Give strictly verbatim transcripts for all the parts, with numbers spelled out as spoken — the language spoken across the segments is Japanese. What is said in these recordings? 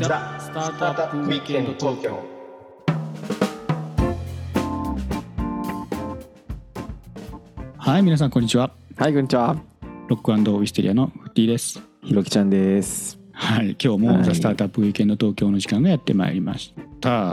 ザ・スタートアップウィークエンド東京。はい、皆さんこんにちは。 はい、こんにちは。 ロック&ウィステリアのフッティです。 ひろきちゃんです。 はい、今日もザ・スタートアップウィークエンド東京の時間がやってまいりました。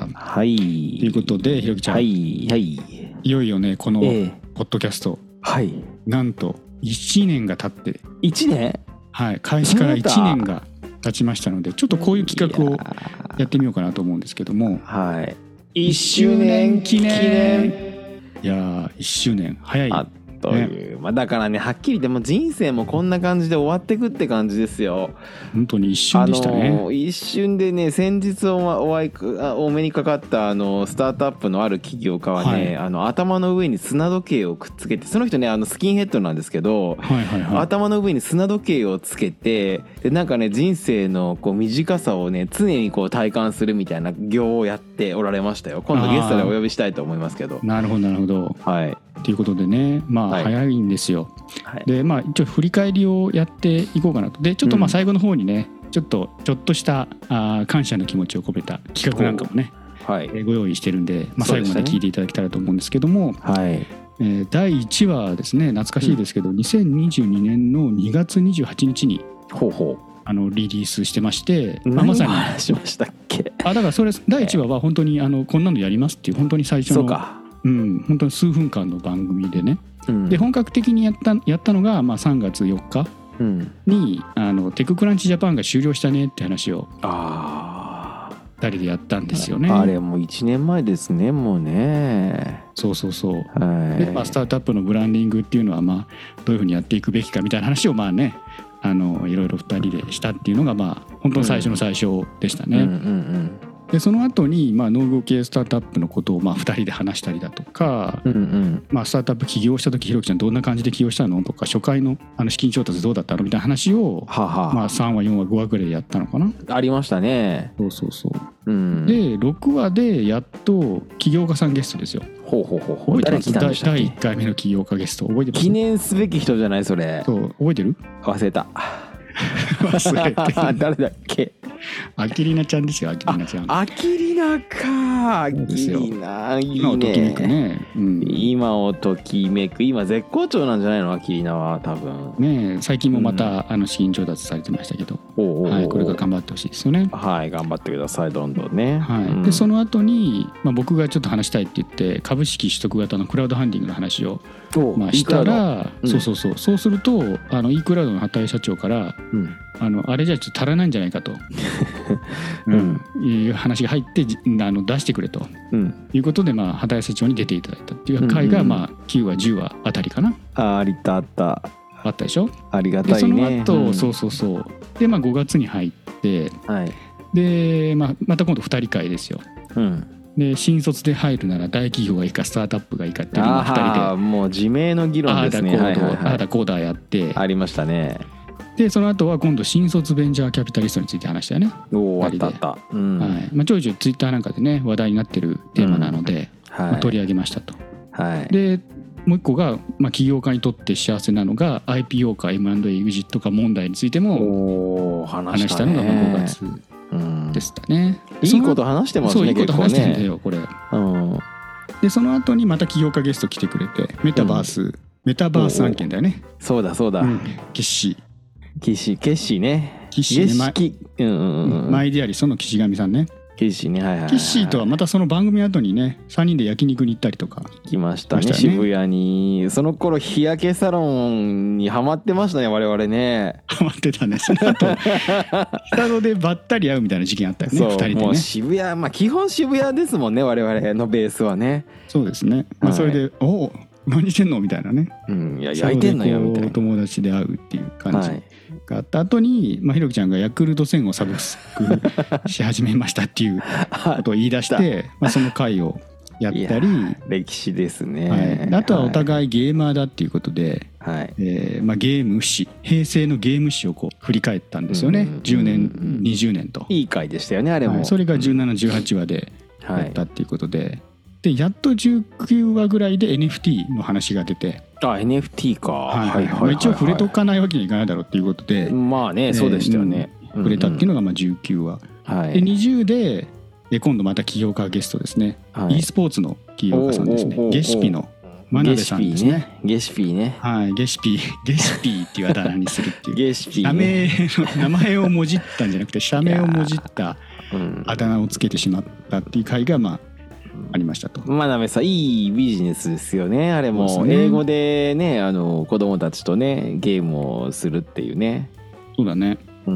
はい。 ということで、ひろきちゃん、 はいはい。 いよいよねこのポえッドキャスト、 ー、はい。 なんといちねんが経って、 いちねん？ はい、開始からいちねんが経ちましたので、ちょっとこういう企画をやってみようかなと思うんですけども、 はい。 いっしゅうねん記念。いやー、いっしゅうねん早い。 あという、ね、まあだからね、はっきりでも人生もこんな感じで終わってくって感じですよ。 本当に一瞬でしたね。 あの一瞬でね、先日お会いお目にかかったあのスタートアップのある企業家はね、はい、あの頭の上に砂時計をくっつけて、その人ね、あのスキンヘッドなんですけど、はいはいはい、頭の上に砂時計をつけて、でなんかね、人生のこう短さをね、常にこう体感するみたいな業をやっておられましたよ。今度ゲストでお呼びしたいと思いますけど。 なるほどなるほど。 はい。 ということでね、まあ早いんですよ。はい、でまあ一応振り返りをやっていこうかなと。でちょっとまあ最後の方にね、うん、ちょっとちょっとしたあ感謝の気持ちを込めた企画なんかもね、はい、ご用意してるんで、まあ、最後まで聞いていただけたらと思うんですけども、はい、えー、だいいちわですね、懐かしいですけど、うん、にせんにじゅうにねんのにがつにじゅうはちにちにほうほうあのリリースしてまして、 まあ、まさに何話しましたっけ。 あだからそれだいいちわは本当にあのこんなのやりますっていう本当に最初の、そうか、うん、本当に数分間の番組でね、うん、で本格的にやったやったのが、まあ、さんがつよっかに、うん、あのテッククランチジャパンが終了したねって話をふたりでやったんですよね。 あれもういちねんまえですね、もうね。 そうそうそう、はい、で、まあ、スタートアップのブランディングっていうのは、まあ、どういうふうにやっていくべきかみたいな話をまあね、あのいろいろふたりでしたっていうのが、まあ、本当の最初の最初でしたね。うんうんうんうん、でその後にまあ農業系スタートアップのことをまあふたりで話したりだとか、うんうん、まあ、スタートアップ起業した時、ひろきちゃんどんな感じで起業したのとか、初回のあの資金調達どうだったのみたいな話を、ははまあ、さんわよんわごわぐらいやったのかな。 ありましたね。 そうそうそう、うん、でろくわでやっと起業家さんゲストですよ。ほうほうほうほう。誰来たんでしたっけ。だいいっかいめの起業家ゲスト覚えてます？ 記念すべき人じゃないそれ。 そう覚えてる？ 忘れた忘れて誰だっけ。 アキリナちゃんですよ。アキリナちゃん。 アキリナか。アキリナいいね。 今をときめくね、うん、 今をときめく。今絶好調なんじゃないの、アキリナは多分ね。最近もまた、うん、あの資金調達されてましたけど、おうおうおう、はい、これから頑張ってほしいですよね。 はい、頑張ってください、どんどんね。 はい、うん、でその後に、まあ、僕がちょっと話したいって言って株式取得型のクラウドファンディングの話をまあしたら、うん、そうそうそう、そうするとあの e クラウドの畑井社長から、うん、あのあれじゃちょっと足らないんじゃないかと、うん、いう話が入ってあの出してくれと、うん、いうことで、まあ、畑井社長に出ていただいたっていう回が、まあ、きゅうわじゅうわあたりかな。 あありたあったあったでしょ。 ありがたいね。 でその後、うん、そうそうそうで、まあ、ごがつに入って、はい、で、まあ、また今度ふたり会ですよ。うん、で新卒で入るなら大企業がいいかスタートアップがいいかっていうのをふたりで、 あもう自明の議論ですね。 ああだこうだやってありましたね。でその後は今度新卒ベンチャーキャピタリストについて話したよね。 おあったあった、うん、 はい、まあ、ちょいちょいツイッターなんかでね話題になってるテーマなので、うん、はい、まあ、取り上げましたと、はい、でもう一個が、まあ、起業家にとって幸せなのが アイピーオー か エムアンドエー エグジットか問題についても話したのがごがつでしたね。 うん、いいこと話してますね。 そういいこと話してるんだよこれ、うん、でその後にまた起業家ゲスト来てくれてメタバース、うん、メタバース案件だよね。 そうだそうだ、うん、 キッシーキッシーキッシーね。 キッシーね、キうんうんうん、マイディアリストの岸上さんね。 キッシーね、はいはいはい、 キッシーとはまたその番組後にねさんにんで焼肉に行ったりとか行きました ね, したね渋谷に。その頃日焼けサロンにハマってましたね我々ね。 ハマってたね。その後双子でばったり会うみたいな時期あったよね。そうふたりでね。 もう渋谷、まあ基本渋谷ですもんね我々のベースはね。 そうですね、まあ、それで、はい、おお何してんのみたいなね、 うん、いや焼いてんのよみたいな友達で会うっていう感じがあった後に、まあ、ひろきちゃんがヤクルトせんをサブスクし始めましたっていうことを言い出してまあその回をやったり、 歴史ですね、 はい、あとはお互いゲーマーだっていうことで、はい、えーまあ、ゲーム史平成のゲーム史をこう振り返ったんですよね、うんうんうん、じゅうねんにじゅうねんと。 いい回でしたよねあれも、はい、 それがじゅうなな、じゅうはちわでやったっていうことで、はい、でやっとじゅうきゅうわぐらいで エヌエフティー の話が出て、 あ エヌエフティー か、はいはいはいはい、一応触れとかないわけにいかないだろうっていうことで、 まあねそうでしたよね、 えー、触れたっていうのがまあじゅうきゅうわはい、でにじゅうで今度また起業家ゲストですね、はい、e スポーツの起業家さんですね。ゲシピの真鍋さんですね。 ゲシピーね。 はい、ゲシピー、ゲシピーっていうあだ名にするっていう。 ゲシピー、 社名の名前をもじったんじゃなくて社名をもじったあだ名をつけてしまったっていう回がまあありましたと。 真鍋さんいいビジネスですよね。あれも英語でね、あの子供たちとねゲームをするっていうね。 そうだね。うん、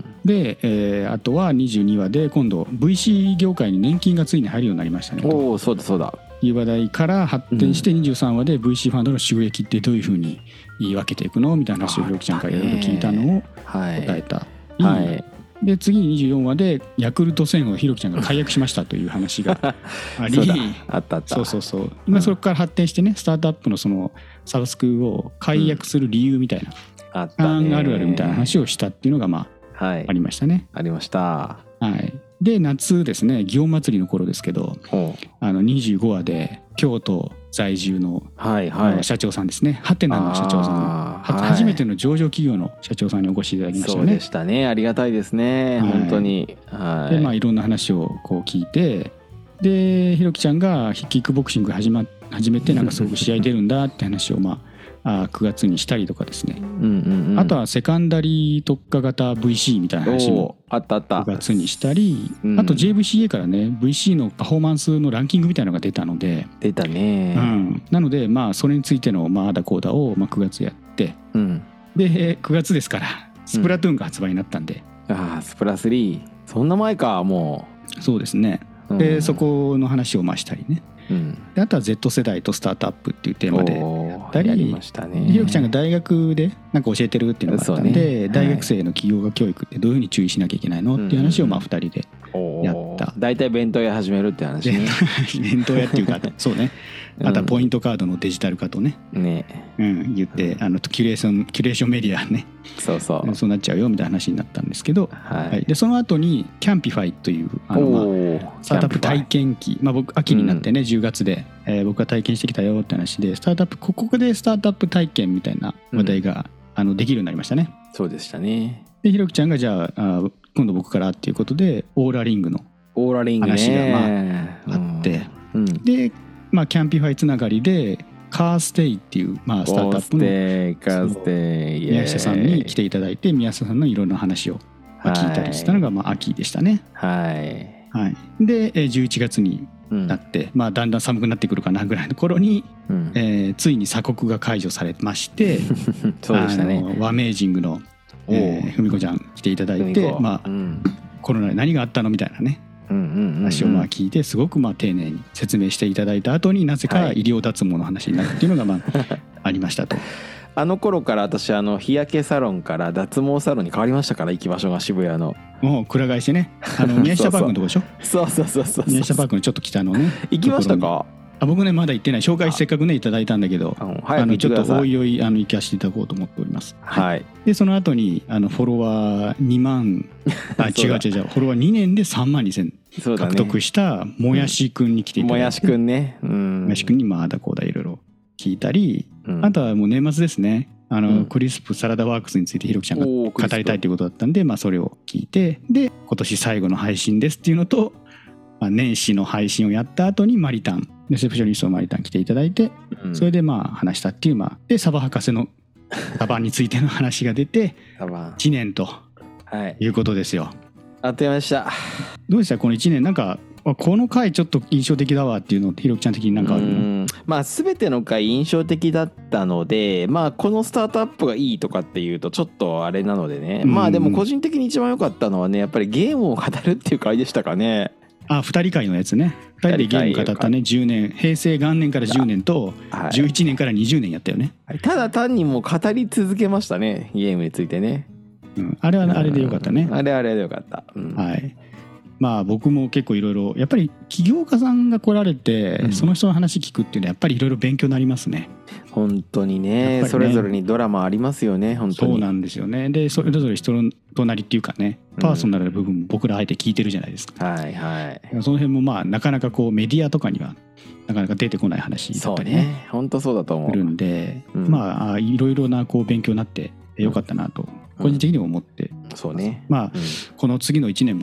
で、えー、あとはにじゅうにわで今度 ブイシー 業界に年金がついに入るようになりましたねと。 おお、そうだそうだ。 いう話題から発展してにじゅうさんわで ブイシー ファンドの収益ってどういうふうに言い分けていくのみたいな話をひろきちゃんからいろいろ聞いたのを答えた。はい、はい、で次ににじゅうよんわでヤクルトせんをひろきちゃんが解約しましたという話がありあったあった。 そうそうそう。今そこから発展してね、スタートアップのそのサブスクを解約する理由みたいな、 うん、あったね、 あるあるみたいな話をしたっていうのがまあ、はい、ありましたね。 ありました。 はい。で夏ですね、祇園祭の頃ですけど、あのにじゅうごわで京都在住の、はいはい、社長さんですね、ハテナの社長さん、はい、初めての上場企業の社長さんにお越しいただきましたよね。 そうでしたね、ありがたいですね、はい、本当に。 はい、でまあいろんな話をこう聞いて、でひろきちゃんがキックボクシング始ま始めてなんかすごく試合出るんだって話をまああくがつにしたりとかですね、うんうんうん、あとはセカンダリー特化型 ブイシー みたいな話もあったあったくがつにしたり、うん、あと ジェイブイシーエー からね ブイシー のパフォーマンスのランキングみたいなのが出たので出たね、 うん、なのでまあそれについてのまああだこうだをまあくがつやって、うん、でくがつですからスプラトゥーンが発売になったんで、 うん、ああスプラスリーそんな前かもう。そうですね。で、うん、そこの話をまあしたりね、うん、であとは Z 世代とスタートアップっていうテーマでやりましたね。 ひろきちゃんが大学でなんか教えてるっていうのがあったんで、ね、はい、大学生の起業家教育ってどういうふうに注意しなきゃいけないのっていう話をまあふたりでやった。 大体弁当屋始めるって話ね。 弁当屋っていうかそうね。あとはポイントカードのデジタル化とね、ね、うん、言ってあのキュレーションキュレーションメディアね、 そうそうそうなっちゃうよみたいな話になったんですけど、はいはい、でその後にキャンピファイというあの、まあ、スタートアップ体験記、まあ、僕秋になってね、うん、じゅうがつで、えー、僕が体験してきたよって話でスタートアップここでスタートアップ体験みたいな話題が、うん、あのできるようになりましたね。 そうでしたね。 でひろきちゃんがじゃあ、あ今度僕からっていうことでオーラリングの話がまああって、うん、でまあ、キャンピファイつながりでカーステイっていう、まあ、スタートアップの宮下さんに来ていただいて宮下さんのいろんな話を聞いたりしたのがまあ秋でしたね。はい、はい、でじゅういちがつになって、うん、まあ、だんだん寒くなってくるかなぐらいの頃に、うん、えー、ついに鎖国が解除されましてそうでしたね。 あのワメージングのふみこちゃん来ていただいて、まあうん、コロナで何があったのみたいなね話をまあ聞いてすごくまあ丁寧に説明していただいた後になぜか医療脱毛の話になるっていうのがまあありましたと。 あの頃から私あの日焼けサロンから脱毛サロンに変わりましたから、行き場所が渋谷のもうくら替えしてね、あの宮下パークのとこでしょ。 そうそうそうそう、 宮下パークのちょっと北のね。 行きましたか。 あ、僕ねまだ行ってない。紹介せっかくねいただいたんだけど、ああのちょっとおいおいあの行かせていただこうと思っております。はい。でその後にあのフォロワーにまんあ違う違う違うフォロワーにねんでさんまんにせん獲得したもやしくんに来ていただいて、 もやしくんね、うん、 もやしくんにまああだこうだいろいろ聞いたり、うん、あとはもう年末ですね、あの、うん、クリスプサラダワークスについてひろきちゃんが語りたいということだったんで、まあ、それを聞いて、で今年最後の配信ですっていうのと、まあ、年始の配信をやった後にマリタンレセプショニストのマリタン来ていただいて、うん、それでまあ話したっていう、まあ、でサバ博士のサバについての話が出ていちねんということですよ。 あっという間でした。 どうでしたこのいちねん。なんかこの回ちょっと印象的だわっていうのひろきちゃん的になんかあるの？うん、 まあ全ての回印象的だったので、まあこのスタートアップがいいとかっていうとちょっとあれなのでね、まあでも個人的に一番良かったのはね、やっぱりゲームを語るっていう回でしたかね。 あ、ふたり会のやつね。ふたりでゲーム語ったね。じゅうねん、平成元年からじゅうねんとじゅういちねんからにじゅうねんやったよね。 はい、ただ単にもう語り続けましたね、ゲームについてね。 うん、あれはあれでよかったね。 あれはあれでよかった。うん、 はい。まあ僕も結構いろいろやっぱり起業家さんが来られて、うん、その人の話聞くっていうのはやっぱりいろいろ勉強になりますね。 本当に ね, ねそれぞれにドラマありますよね。本当にそうなんですよね。でそれぞれ人の隣っていうかね、パーソナルな部分も僕らあえて聞いてるじゃないですか、うん、はいはい。その辺もまあなかなかこうメディアとかにはなかなか出てこない話だったりね。そうね、 本当そうだと思う。 するんで、うん、まあいろいろなこう勉強になってよかったなと個人的にも思って、 うん、そうね。 まあ、うん、この次のいちねんもね、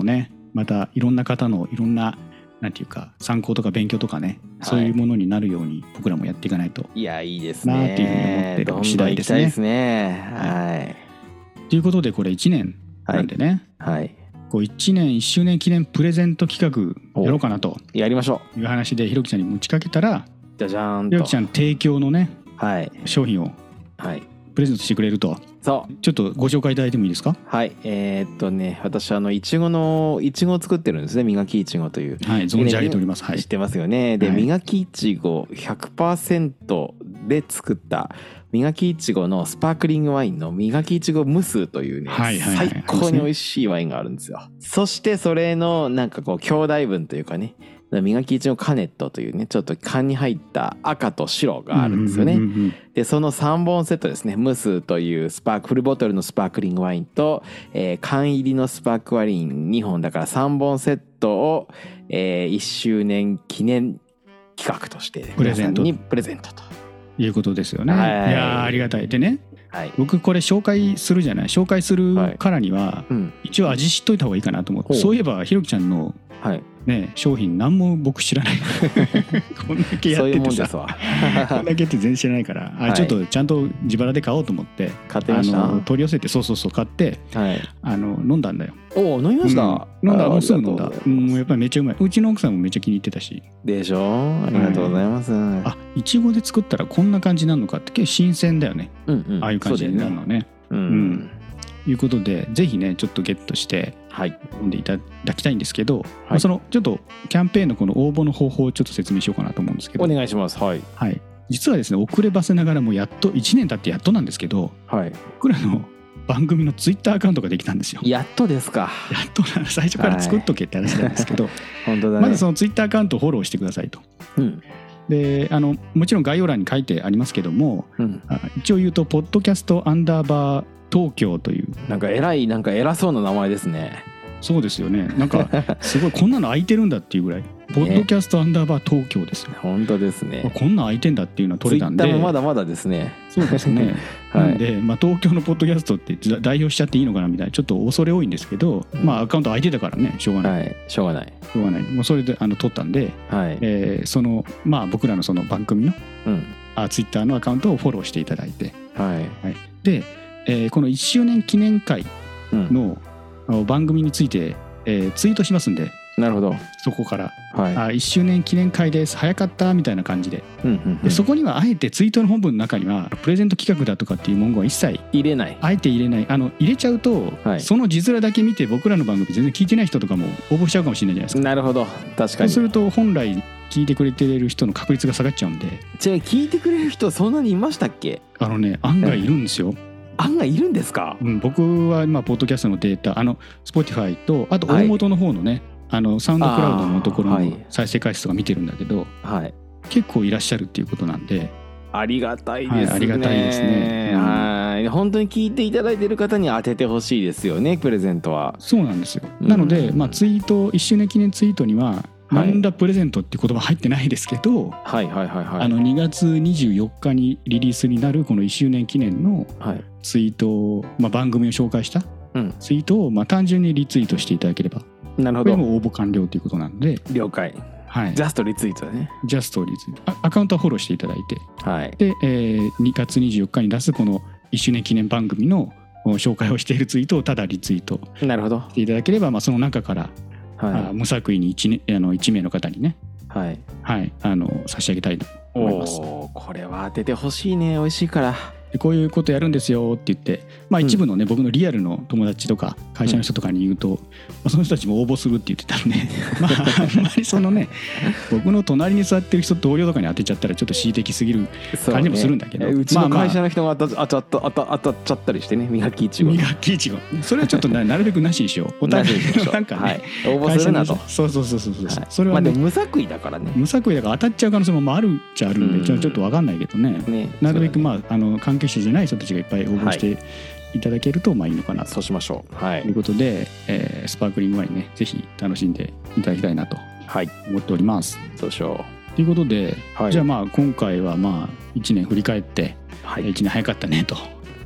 またいろんな方のいろんななんていうか参考とか勉強とかね、そういうものになるように僕らもやっていかないと、 いやいいですねなっていうふうに思ってる次第ですね。 どんどん行きたいですね。はい。 ということでこれいちねんなんでね、 はい、はい、 こういちねんいっしゅうねん記念プレゼント企画やろうかなとやりましょういう話でひろきちゃんに持ちかけたら、 じゃじゃーんとひろきちゃん提供のね、 はい、 商品をプレゼントしてくれると。そうちょっとご紹介いただいてもいいですか。 はいえー、っとね私あのいちごのいちごを作ってるんですね。磨きいちごという、 はい存じ上げております、はい、 知ってますよね。で、はい、磨きいちご ひゃくパーセント で作った磨きいちごのスパークリングワインの磨きいちご無数というね、はいはいはい、最高に美味しいワインがあるんですよ。そしてそれのなんかこう兄弟分というかね、磨きいちごカネットというねちょっと缶に入った赤と白があるんですよね。でそのさんぼんセットですね。ムスというスパークフルボトルのスパークリングワインと、えー、缶入りのスパークワインにほんだからさんぼんセットを、えー、いっしゅうねん記念企画として皆さんにプレゼントということですよね。はい、いやありがたい。でね、はい、僕これ紹介するじゃない紹介するからには、はいうん、一応味知っといた方がいいかなと思って、そういえばひろきちゃんのはいね、商品何も僕知らないこんだけやっててさこんだけって全然知らないからあ、はい、ちょっとちゃんと自腹で買おうと思って買ってました。 あの取り寄せてそうそうそう買って、はい、あの飲んだんだよ。 お飲みました、 うん、飲んだもうすぐ飲んだ。もうやっぱりめっちゃうまい。うちの奥さんもめっちゃ気に入ってたし。 でしょ。ありがとうございます、はい、 あいちごで作ったらこんな感じになるのかって結構新鮮だよね、うんうん、ああいう感じになるのね。うん、うんいうことでぜひねちょっとゲットして飲んでいただきたいんですけど、はいまあ、そのちょっとキャンペーンのこの応募の方法をちょっと説明しようかなと思うんですけど。 お願いします。はい、 はい、実はですね遅ればせながらもやっといちねん経ってやっとなんですけど、はい、僕らの番組のツイッターアカウントができたんですよ。 やっとですか。 やっと最初から作っとけって話なんですけど、はい、 本当だね。 まずそのツイッターアカウントをフォローしてくださいと、うん、であのもちろん概要欄に書いてありますけども、うん、一応言うとポッドキャストアンダーバー東京というなんか偉いなんか偉そうな名前ですね。 そうですよね。なんかすごいこんなの空いてるんだっていうぐらいポッドキャストアンダーバー東京ですよ。 本当ですね。 こんな空いてんだっていうのは取れたんで。 ツイッターもまだまだですね。 そうですね。はい、なんで、まあ、東京のポッドキャストって代表しちゃっていいのかなみたいなちょっと恐れ多いんですけど、うん、まあアカウント空いてたからねしょうがない、はい、 しょうがないしょうがないもうそれであの取ったんで、はいえー、そのまあ僕らのその番組の、うん、あツイッターのアカウントをフォローしていただいて、はいはい、でえー、このいっしゅうねん記念会の番組について、えー、ツイートしますんで。 なるほど。 そこから、はい、あいっしゅうねん記念会です早かったみたいな感じで、うんうんうん、でそこにはあえてツイートの本文の中にはプレゼント企画だとかっていう文言は一切入れないあえて入れないあの入れちゃうと、はい、その字面だけ見て僕らの番組全然聞いてない人とかも応募しちゃうかもしれないじゃないですか。 なるほど確かに。 そうすると本来聞いてくれてる人の確率が下がっちゃうんで。 じゃあ聞いてくれる人そんなにいましたっけ。 あのね案外いるんですよ。 案外いるんですか、 うん、僕はまあポッドキャストのデータあの Spotify とあと大元の方のね、はい、あのサウンドクラウドのところの再生回数とか見てるんだけど、はい、結構いらっしゃるっていうことなんでありがたいですね、はい、 ありがたいですね、 うん、はい本当に聞いていただいている方に当ててほしいですよねプレゼントは。 そうなんですよ。なので、うんまあ、ツイートいっしゅうねん記念ツイートには何らプレゼントっていう言葉入ってないですけど、はいはいはいはい、あのにがつにじゅうよっかにリリースになるこのいっしゅうねん記念のツイートを、まあ、番組を紹介したツイートをまあ単純にリツイートしていただければ、なるほどこれも応募完了ということなので了解、はい、ジャストリツイートだね。 ジャストリツイート ア, アカウントはフォローしていただいて、はい、で、えー、にがつにじゅうよっかに出すこのいっしゅうねん記念番組の紹介をしているツイートをただリツイートしていただければ、まあ、その中からはい、無作為に 1, あのいち名の方にね、はいはい、あの差し上げたいと思います。 おこれは当ててほしいね。美味しいから。 でこういうことやるんですよって言って、まあ、一部のね、うん、僕のリアルの友達とか会社の人とかに言うと、うんまあ、その人たちも応募するって言ってたのでまああんまりそのね僕の隣に座ってる人同僚とかに当てちゃったらちょっと恣意的すぎる感じもするんだけど、 う,、ね、うちの会社の人が当たっちゃった当たっちゃったりしてね磨きいちご磨きいちごそれはちょっと な, なるべくなしにしよう。お互いのなんかね、はい、 応募するなと。 そうそうそうそうそう、はい、 それは、ね、まあでも無作為だからね。 無作為だから当たっちゃう可能性もあるっちゃあるんで、うん、ちょっと分かんないけど ね, ねなるべく、まあ、あの関係者じゃない人たちがいっぱい応募していただけるとまあいいのかなと、 そうしましょう、はい、 ということで、えー、スパークリングワインねぜひ楽しんでいただきたいなと思っております、はい、 そうしようということで、はい、じゃあまあ今回はまあいちねん振り返って、はい、いちねん早かったねと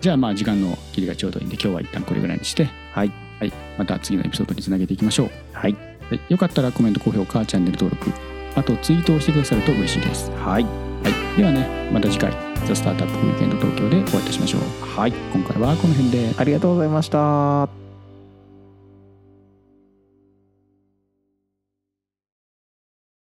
じゃあまあ時間の切りがちょうどいいんで今日は一旦これぐらいにして、 はいはい、また次のエピソードにつなげていきましょう。 はい、 はい、よかったらコメント高評価チャンネル登録あとツイートをしてくださると嬉しいです。 はい、はい、 ではねまた次回ザ・スタートアップウィークエンド東京でお会いいたしましょう。 はい、 今回はこの辺でありがとうございました。